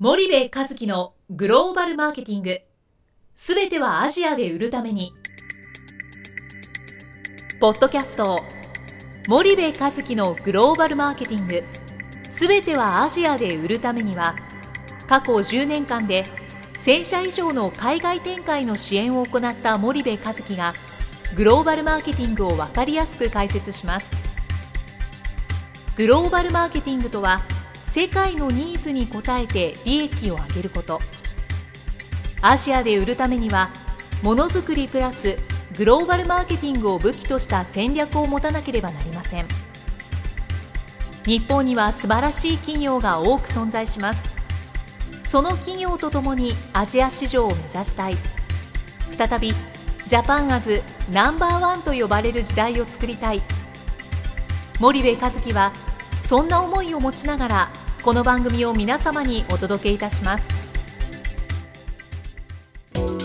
森部一樹のグローバルマーケティング、すべてはアジアで売るために。ポッドキャスト森部一樹のグローバルマーケティング、すべてはアジアで売るためには、過去10年間で1000社以上の海外展開の支援を行った森部一樹がグローバルマーケティングを分かりやすく解説します。グローバルマーケティングとは、世界のニーズに応えて利益を上げること。アジアで売るためには、ものづくりプラスグローバルマーケティングを武器とした戦略を持たなければなりません。日本には素晴らしい企業が多く存在します。その企業とともにアジア市場を目指したい。再びジャパンアズナンバーワンと呼ばれる時代を作りたい。森部一樹はそんな思いを持ちながら、この番組を皆様にお届けいたします。 こんに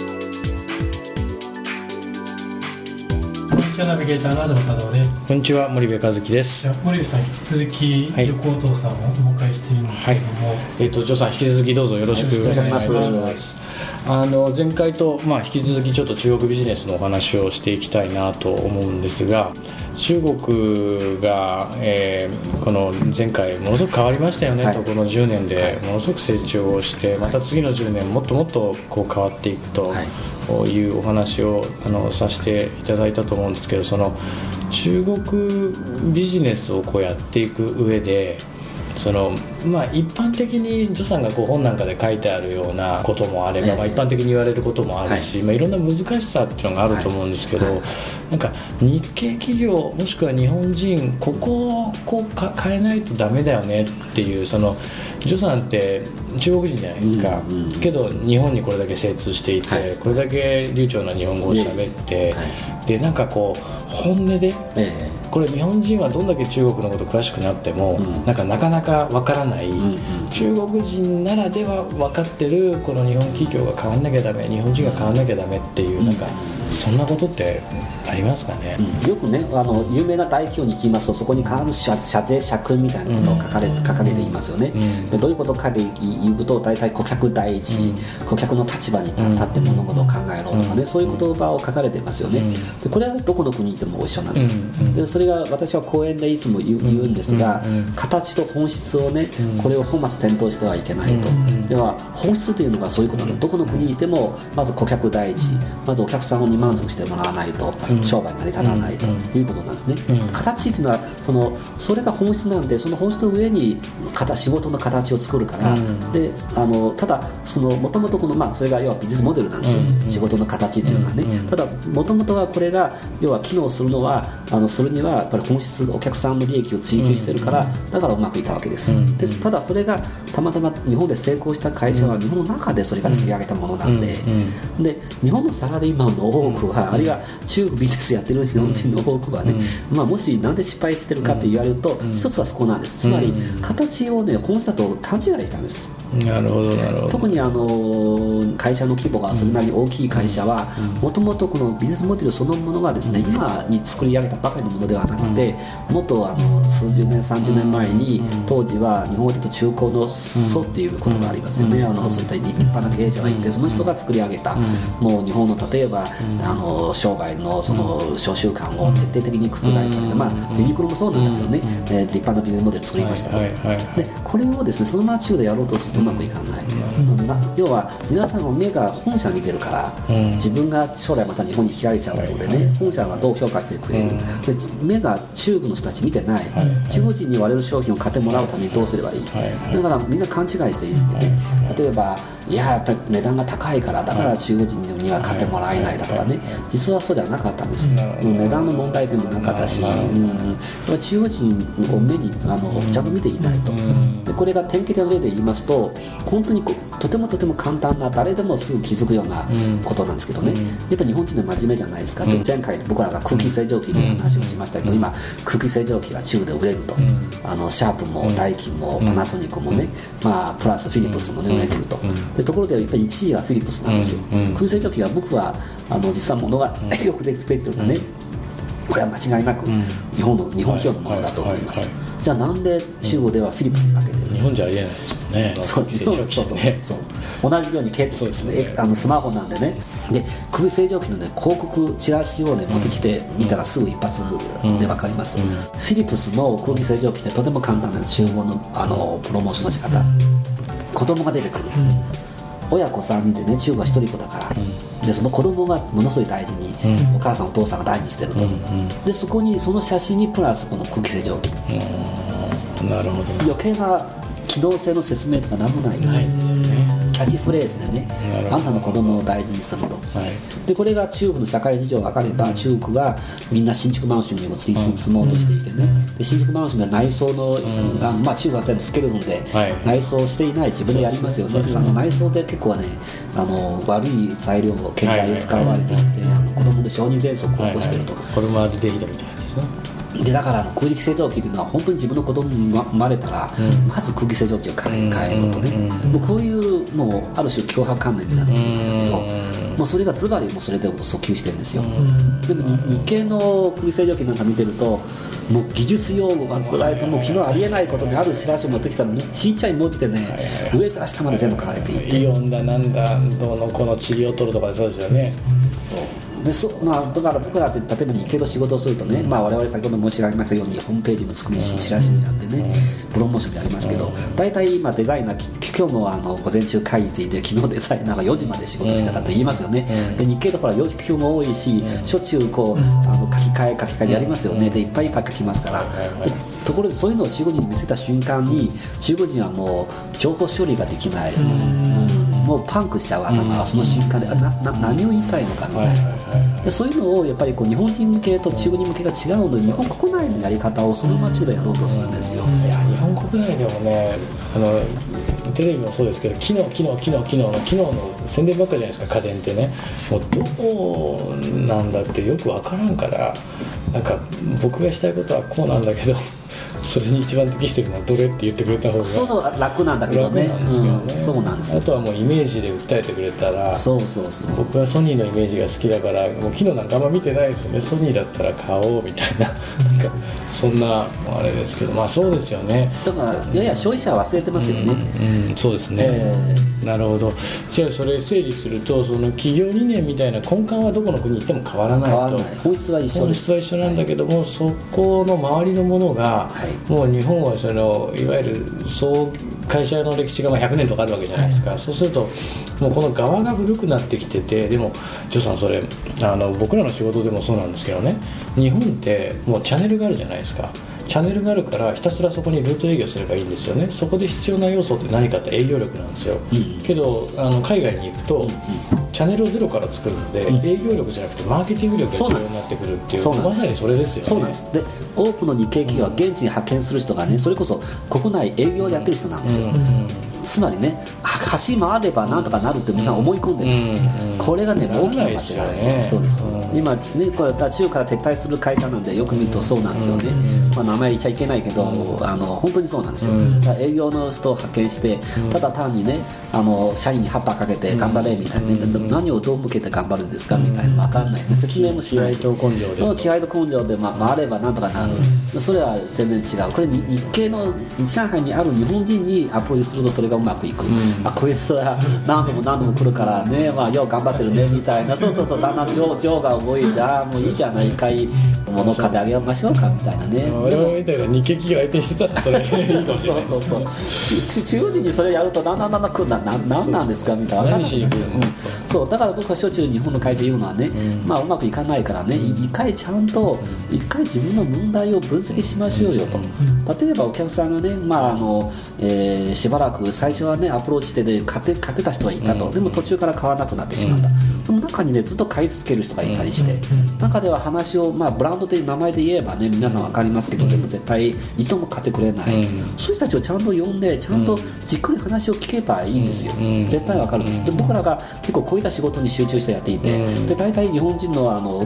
ちは、ナビゲーターの東太郎です。 こんにちは、森部一樹です。 森部さん、引き続き助講父さんをお迎えしているんですけれども、 ジョさん、引き続きどうぞよろしくお願いします。前回と、引き続きちょっと中国ビジネスのお話をしていきたいなと思うんですが、中国が、この前回ものすごく変わりましたよね、この10年でものすごく成長をして、また次の10年もっともっとこう変わっていくというお話をさせていただいたと思うんですけど、その中国ビジネスをこうやっていく上で、一般的にジョさんがこう本なんかで書いてあるようなこともあれば、一般的に言われることもあるし、いろんな難しさっていうのがあると思うんですけど、なんか日系企業もしくは日本人、ここをこう変えないとダメだよねっていう、そのジョさんって中国人じゃないですか、けど日本にこれだけ精通していて、これだけ流暢な日本語を喋って、でなんかこう本音で、これ日本人はどんだけ中国のこと詳しくなっても、なかなかわからない、中国人ならでは分かってるこの日本企業が変わんなきゃダメ、日本人が変わんなきゃダメっていう、なんかそんなことってありますかね。 よくね、有名な大企業に行きますと、そこに必ず社税社訓みたいなことを書かれていますよね。どういうことかで言うと、大体顧客第一、顧客の立場に立って物事を考えろとかね、そういう言葉を書かれていますよね。でこれはどこの国にいても一緒なんです。でそれが私は講演でいつも言うんですが、形と本質をね、これを本末転倒してはいけないと。では本質というのがそういうことなの。どこの国にいてもまず顧客第一、まずお客さんに満足してもらわないと商売に成り立たないということなんですね。形というのはそれが本質なんで、その本質の上に仕事の形を作るから、でただもともとそれが要はビジネスモデルなんですよ、仕事の形というのはね。ただもともとはこれが要は機能するのはするにはやっぱり本質、お客さんの利益を追求してるから、だからうまくいったわけです。ただそれがたまたま日本で成功した会社は日本の中でそれが作り上げたものなんで、で日本のサラリーマンの多くは、あるいは中国ビジネスやってる日本人の多くはね、もしなんで失敗してるかって言われると、一つはそこなんです。つまり形をね、本質だと勘違いしたんです。 なるほどなるほど。 特に会社の規模がそれなりに大きい会社は、もともとこのビジネスモデルそのものがですね、今に作り上げたばかりのものではなくて、もっと数十年30年前に、当時は日本語で言うと中高の祖っていうことがありますよね。そういった立派な経営者がいて、その人が作り上げた、もう日本の例えば商売のその商習慣を徹底的に覆された、ユニクロもそうなんだけどね、立派なビジネスモデル作りましたと。でこれをですね、そのまま中でやろうとするとうまくいかない。要は皆さんの目が本社見てるから、自分が将来また日本に引き上げちゃうのでね、本社はどう評価してくれる、で目が中国の人たち見てない、中国人に我々の商品を買ってもらうためにどうすればいい、だからみんな勘違いしているので、例えばやっぱり値段が高いから、だから中国人には買ってもらえないだとかね、実はそうじゃなかったんです。値段の問題でもなかったし、中国人を目にちゃんと見ていないと。でこれが典型的な例で言いますと、本当にとても簡単な、誰でもすぐ気づくようなことなんですけどね、やっぱり日本人は真面目じゃないですか。前回僕らが空気清浄機の話をしましたけど、今空気清浄機が中国で売れると、シャープもダイキンもパナソニックもね、プラスフィリップスもね売れてると。でところでやっぱり1位はフィリップスなんですよ。空気清浄機は僕は実はものがよくできてるのでね、これは間違いなく日本企業のものだと思います。じゃあなんで中国ではフィリップスに負けてる、 日本じゃありえないです。 ね。 そう空気清浄機ってね。 そう同じようにそうですね。 スマホなんでね。で空気清浄機のね広告チラシをね持ってきてみたらすぐ一発で分かります。フィリップスの空気清浄機ってとても簡単な集合のプロモーションの仕方。子供が出てくる。親子3人でね、中国は一人っ子だから、でその子供がものすごい大事に、お母さんお父さんが大事にしてると、でそこにその写真にプラスこの空気清浄機、 なるほど。 余計な機動性の説明とか何もない、 ないですよね。 キャッチフレーズでね、あんたの子供を大事にすると、でこれが中国の社会事情が分かれば、中国がみんな新築マンションに移り住もうとしていてね、で新築マンションで内装の、中国は全部スケルトンで、内装していない自分でやりますよね。内装で結構はね、悪い材料建材を使われていて、子供で小児喘息を起こしていると、 これもあれできたみたいですね。 でだから空気清浄機というのは本当に自分の子供に生まれたら、まず空気清浄機を買えるとね、もうこういうもうある種強迫観念みたいなものなんだけど、もうそれがズバリもうそれで訴求してるんですよ。でも日系の空気清浄機なんか見てると、もう技術用語がずらりと、もう昨日ありえないことにあるチラシを持ってきたらちっちゃい文字でね、上から下まで全部書かれていて、 イオンだなんだどうのこの塵を取るとかで、そうですよね。 でだから僕らって例えば日系の仕事をするとね、我々先ほど申し上げましたようにホームページも作るし、チラシもやってね、プロモーションもやりますけど、大体今デザイナー、今日も午前中会議ついて、昨日デザイナーが4時まで仕事してたと言いますよね。で日系とほら4時休も多いし、しょっちゅうこう書き換えやりますよね。でいっぱいいっぱい書きますから、ところでそういうのを中国人に見せた瞬間に、中国人はもう情報処理ができない、もうパンクしちゃう頭がその瞬間で、何を言いたいのかみたいな、でそういうのをやっぱりこう日本人向けと中国人向けが違うので、日本国内のやり方をそのまま中でやろうとするんですよ。 いや日本国内でもね、テレビもそうですけど、機能の宣伝ばっかじゃないですか。家電ってね、もうどこなんだってよく分からんから、なんか僕がしたいことはこうなんだけど、それに一番適してるのはどれって言ってくれた方がそう楽なんだけどね。そうなんです。 あとはもうイメージで訴えてくれたら、僕はソニーのイメージが好きだから、もう機能なんかあんま見てないですよね。ソニーだったら買おうみたいな、なんかそんなあれですけど、そうですよね。 だからやや消費者は忘れてますよね。 そうですね。なるほど。じゃあそれ整理すると、その企業理念みたいな根幹はどこの国に行っても変わらないと。 本質は一緒です。 本質は一緒なんだけども、そこの周りのものが、もう日本はいわゆる会社の歴史が100年とかあるわけじゃないですか。そうするともうこの側が古くなってきてて、でもジョーさん、それ僕らの仕事でもそうなんですけどね、日本ってもうチャンネルがあるじゃないですか。チャンネルがあるからひたすらそこにルート営業すればいいんですよね。そこで必要な要素って何かって営業力なんですよ。けど海外に行くと、チャンネルをゼロから作るので、営業力じゃなくてマーケティング力が必要になってくるっていう、まさにそれですよね。 そうなんです。で多くの日系企業は現地に派遣する人がね、それこそ国内営業をやってる人なんですよ。つまりね、橋回ればなんとかなるってみんな思い込んでるんです。これがね、大きな間違いです。そうです。今ね、これ中国から撤退する会社なんでよく見るとそうなんですよね。名前言っちゃいけないけど、本当にそうなんですよ。営業の人を派遣して、ただ単にね、社員に葉っぱかけて頑張れみたいな、何をどう向けて頑張るんですかみたいな、分かんないね。説明もしない。 気合と根性で。 気合と根性で回ればなんとかなる。それは全然違う。これ日系の上海にある日本人にアプローチするとそれがうまくいく。こいつは何度も来るからね、よう頑張ってるねみたいな、そうだんだん情が動いて、もういいじゃないかい、物買ってあげましょうかみたいなね。 我々みたいな日系企業相手にしてたらそれいいかもしれないですね。 中国人にそれやるとだんだん来るんだ、何なんですかみたいな。 何しに来るの。 そうだから僕はしょっちゅう日本の会社言うのはね、うまくいかないからね、一回ちゃんと自分の問題を分析しましょうよと。例えばお客さんがね、しばらく最初はねアプローチしてで勝てた人はいたと、でも途中から買わなくなってしまった。その中にねずっと買い続ける人がいたりして、中では話をブランドという名前で言えばね皆さん分かりますけど、でも絶対一度も買ってくれない、そういう人たちをちゃんと呼んでちゃんとじっくり話を聞けばいいんですよ。絶対分かるんです。で僕らが結構こういった仕事に集中してやっていて、で大体日本人の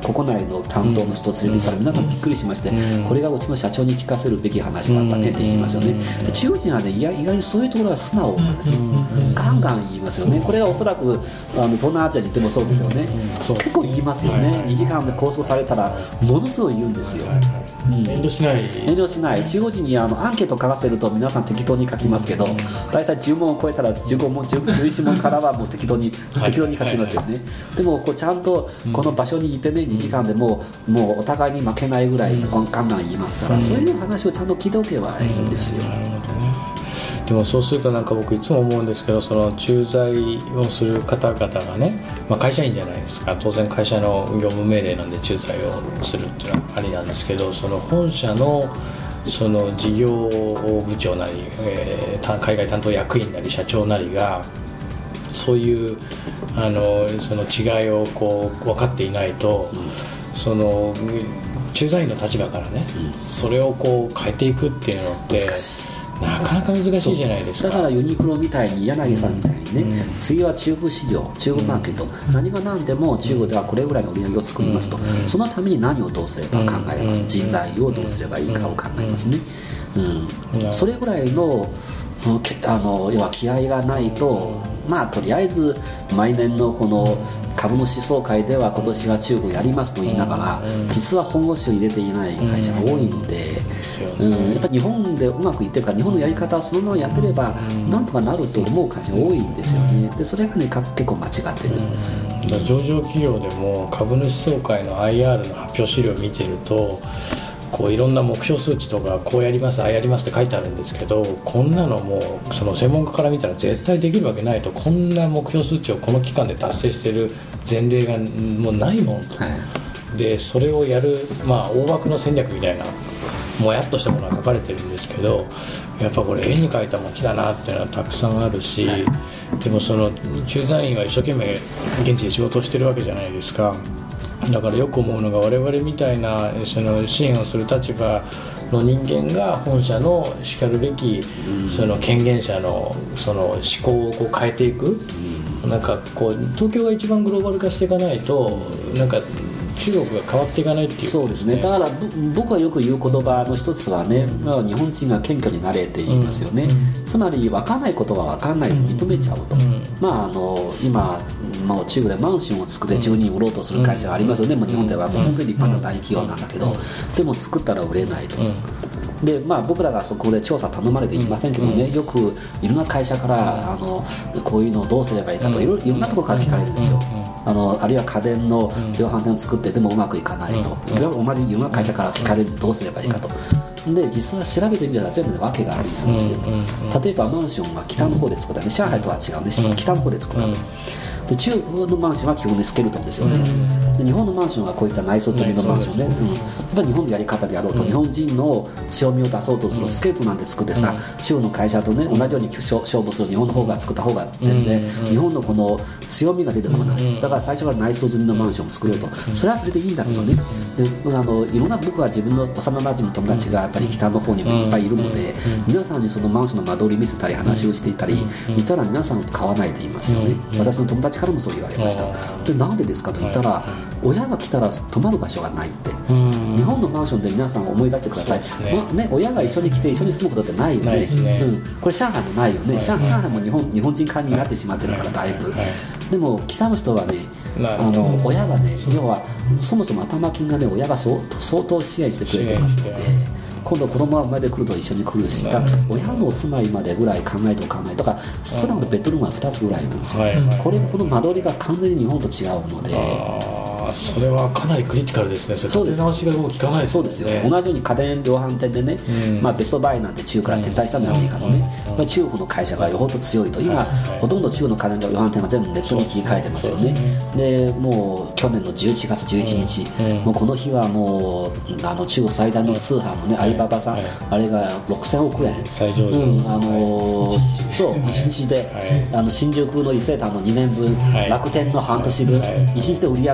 国内の担当の人連れていたら皆さんびっくりしまして、これがうちの社長に聞かせるべき話だったねって言いますよね。で中国人はね意外にそういうところが素直なんですよ。ガンガン言いますよね。これはおそらく東南アジアに行ってもそうですよね。結構言いますよね。2時間で拘束されたらものすごい言うんですよ。 遠慮しない。 遠慮しない。中国人にアンケート書かせると皆さん適当に書きますけど、大体10問を超えたら15問11問からはもう適当に書きますよね。でもこうちゃんとこの場所にいてね2時間でもうお互いに負けないぐらいガンガン言いますから、そういう話をちゃんと聞いておけばいいんですよ。 でもそうするとなんか僕いつも思うんですけど、その駐在をする方々がね、会社員じゃないですか。当然会社の業務命令なんで駐在をするっていうのはありなんですけど、その本社のその事業部長なり、海外担当役員なり社長なりがそういうその違いをこう分かっていないと、その駐在員の立場からね、それをこう変えていくっていうのってなかなか難しいじゃないですか。 だからユニクロみたいに柳さんみたいにね、次は中国市場、中国マーケット、何が何でも中国ではこれぐらいの売り上げを作りますと、そのために何をどうすれば考えます、人材をどうすればいいかを考えますね。それぐらいの要は気合がないと、とりあえず毎年のこの株主総会では今年は中国やりますと言いながら、実は本腰を入れていない会社が多いので、やっぱり日本でうまくいってるから、日本のやり方をそのままやってればなんとかなると思う会社が多いんですよね。でそれがね結構間違ってる。 上場企業でも株主総会の IR の発表資料を見てると、こういろんな目標数値とかこうやりますああやりますって書いてあるんですけど、こんなのもうその専門家から見たら絶対できるわけないと、こんな目標数値をこの期間で達成してる前例がもうないもんと、でそれをやる、大枠の戦略みたいなもやっとしたものが書かれてるんですけど、やっぱこれ絵に描いた街だなっていうのはたくさんあるし、でもその駐在員は一生懸命現地で仕事をしてるわけじゃないですか。だからよく思うのが、我々みたいなその支援をする立場の人間が本社のしかるべきその権限者のその思考をこう変えていく、なんかこう東京が一番グローバル化していかないとなんか中国が変わっていかないっていう、 そうですね。だから僕はよく言う言葉の一つはね、日本人が謙虚になれって言いますよね。つまり分かんないことは分かんないと認めちゃうと。今中国でマンションを作って10人売ろうとする会社がありますよね。もう日本ではもう本当に立派な大企業なんだけど、でも作ったら売れないと。で僕らがそこで調査頼まれていませんけどね、よくいろんな会社からこういうのをどうすればいいかといろんなところから聞かれるんですよ。あるいは家電の量販店を作ってでもうまくいかないと、同じいろんな会社から聞かれるどうすればいいかと。で実は調べてみたら全部で訳があるんですよ。例えばマンションは北の方で作ったね、上海とは違うね、北の方で作ったと。で中国のマンションは基本にスケルトンですよね。で日本のマンションはこういった内装済みのマンションで、やっぱり日本のやり方でやろうと、日本人の強みを出そうとするスケルトンなんで作ってさ、中国の会社とね同じように勝負する日本の方が作った方が全然日本のこの強みが出てこない。だから最初から内装済みのマンションを作ろうと、それはそれでいいんだけどね。でいろんな僕は自分の幼馴染の友達がやっぱり北の方にもいっぱいいるので、皆さんにそのマンションの間取り見せたり話をしていたり、いたら皆さん買わないと言いますよね。私の友達からもそう言われました。でなんでですかと言ったら、親が来たら泊まる場所がないって。日本のマンションで皆さん思い出してください。親が一緒に来て一緒に住むことってないよね。これ上海もないよね。上海も日本人管理になってしまってるからだいぶ。でも北の人はね、親がね、要はそもそも頭金がね、親が相当支援してくれてますので、今度子供が生まれてくると一緒に来るし、親の住まいまでぐらい考えておかないとか、少なくともベッドルームは2つぐらいなんですよ。この間取りが完全に日本と違うので、 それはかなりクリティカルですね。それ立て直しがもう効かないですね。 そうですよ。同じように家電量販店でね、ベストバイなんて中国から撤退したんで、アメリカのね、中国の会社がよほど強いと。今ほとんど中国の家電量販店は全部ネットに切り替えてますよね。でもう去年の11月11日、もうこの日はもう中国最大の通販もね、アリババさん、あれが6000億円、 最上場、 そう1日で新宿の伊勢丹の2年分、楽天の半年分、1日で売り上げちゃうんですよ。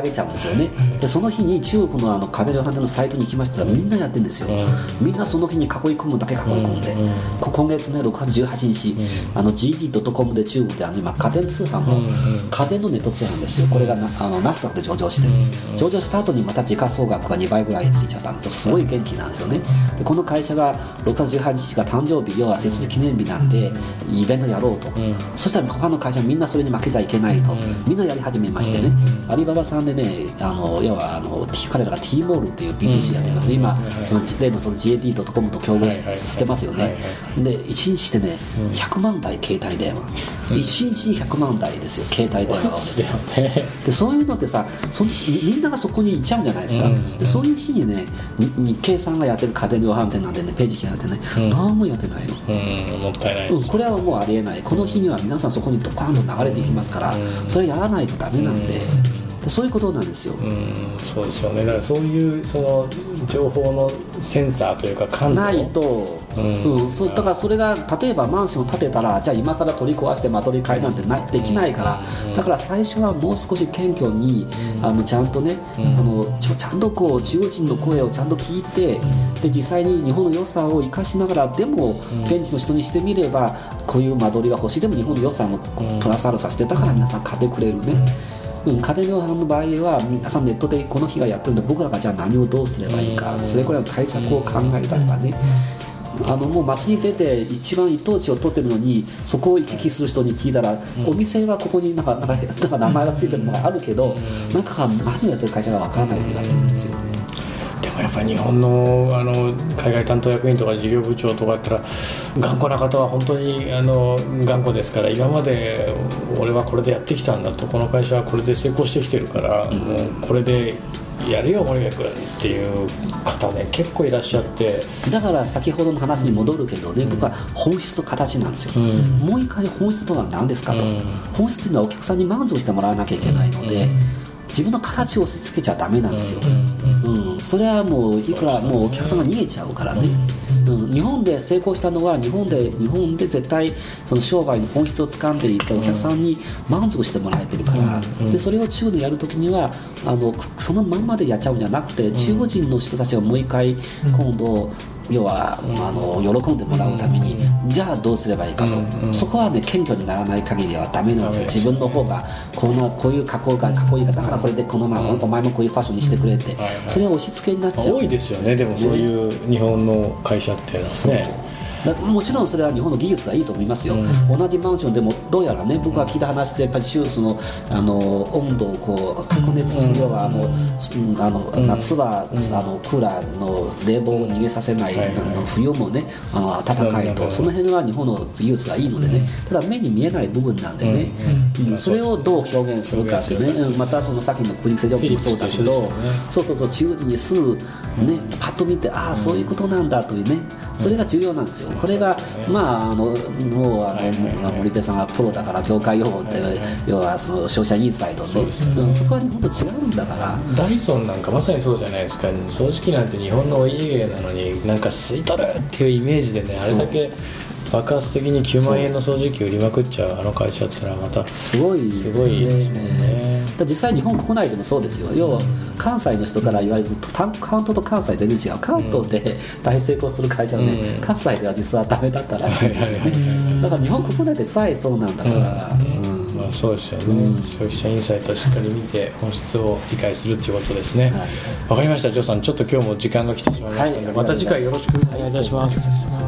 よね。でその日に中国の家電量販店のサイトに行きましたらみんなやってるんですよ。みんなその日に囲い込むだけ囲い込んで、今月ね6月18日、GD.com で中国で今家電通販の、家電のネット通販ですよ。これがナスダックで上場して、上場した後にまた時価総額が2倍ぐらいついちゃったんですよ。すごい元気なんですよね。でこの会社が6月18日が誕生日、要は設立記念日なんでイベントやろうと、そしたら他の会社みんなそれに負けちゃいけないと、みんなやり始めましてね、アリババさんでね、要は彼らが T モールっていう BTC やってます、今その例のその GAT.com と競合してますよね。で1日でね100万台携帯電話、1日に100万台ですよ携帯電話をね。でそういうのってさ、みんながそこに行っちゃうんじゃないですか。でそういう日にね日経さんがやってる家電量販店なんでね、ページ開いてね、何もやってないの。 もったいないです。 これはもうありえない。この日には皆さんそこにドカンと流れていきますから、それやらないとダメなんで、そういうことなんですよ。 そうですよね。だからそういうその情報のセンサーというか感度ないと、そうだからそれが例えばマンションを建てたらじゃあ今更取り壊して間取り替えなんてできないから、だから最初はもう少し謙虚にちゃんとね、ちゃんとこう中国人の声をちゃんと聞いて、で実際に日本の良さを生かしながら、でも現地の人にしてみればこういう間取りが欲しい、でも日本の良さもプラスアルファして、だから皆さん買ってくれるね。家電量販の場合は皆さんネットでこの日がやってるんで、僕らがじゃあ何をどうすればいいか、それこれの対策を考えたりとかね、もう街に出て一番一等地を取ってるのにそこを行き来する人に聞いたら、お店はここになんか名前がついてるのがあるけど、なんか何をやってる会社がわからないと言われてるんですよ。 でもやっぱり日本の海外担当役員とか事業部長とかだったら頑固な方は本当に頑固ですから、今まで俺はこれでやってきたんだと、この会社はこれで成功してきてるから、もうこれでやるよ森部君っていう方ね結構いらっしゃって、 だから先ほどの話に戻るけどね、僕は本質と形なんですよ。もう一回本質とは何ですかと、本質というのはお客さんに満足してもらわなきゃいけないので、自分の形を押し付けちゃダメなんですよ。それはもういくらもうお客さんが逃げちゃうからね。日本で成功したのは日本で絶対その商売の本質を掴んでいて、お客さんに満足してもらえてるから、でそれを中国でやるときにはそのまんまでやっちゃうんじゃなくて、中国人の人たちがもう一回今度要は喜んでもらうためにじゃあどうすればいいかと、そこはね謙虚にならない限りはダメなんですよ。自分の方がこういう加工いいかだからこれでこのままお前もこういうファッションにしてくれって、それが押し付けになっちゃう。 多いですよね。でもそういう日本の会社っていうのはね。 もちろんそれは日本の技術はいいと思いますよ。同じマンションでもどうやらね、僕が聞いた話でやっぱりその温度をこう隔熱するような夏はクーラーの冷房を逃げさせない、冬もね暖かいと、その辺は日本の技術がいいのでね、ただ目に見えない部分なんでね、それをどう表現するかっていうね、またそのさっきの国勢条件もそうだけど、そう中国人にすぐねパッと見て、ああそういうことなんだというね、それが重要なんですよ。これがもう森部さんはプロだから業界用語って、要はその消費者インサイドで、そこは日本と違うんだから。 ダイソンなんかまさにそうじゃないですか。掃除機なんて日本のお家芸なのになんか吸い取るっていうイメージでね、あれだけ爆発的に9万円の掃除機売りまくっちゃう会社ってのはまたすごいですもんね。実際日本国内でもそうですよ。要は関西の人から言われると関東と関西全然違う。関東で大成功する会社はね、関西では実はダメだったらしいんですよね。だから日本国内でさえそうなんだから。 そうですよね。消費者インサイトをしっかり見て本質を理解するということですね。わかりました。ジョーさん、ちょっと今日も時間が来てしまいましたので、また次回よろしくお願いいたします。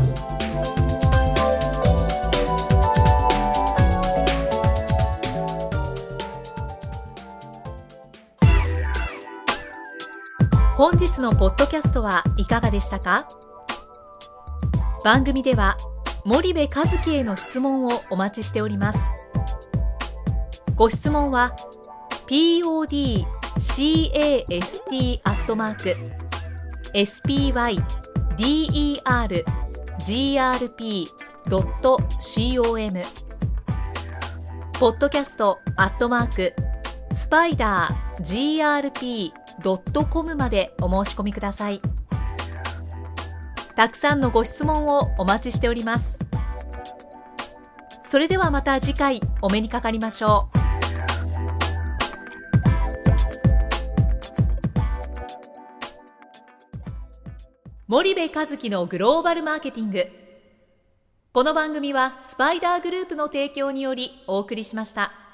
本日のポッドキャストはいかがでしたか？番組では森部一樹への質問をお待ちしております。ご質問は podcast@spydergrp.com podcast@spidergrp.com までお申し込みください。たくさんのご質問をお待ちしております。それではまた次回お目にかかりましょう。 森部一樹のグローバルマーケティング。この番組はスパイダーグループの提供によりお送りしました。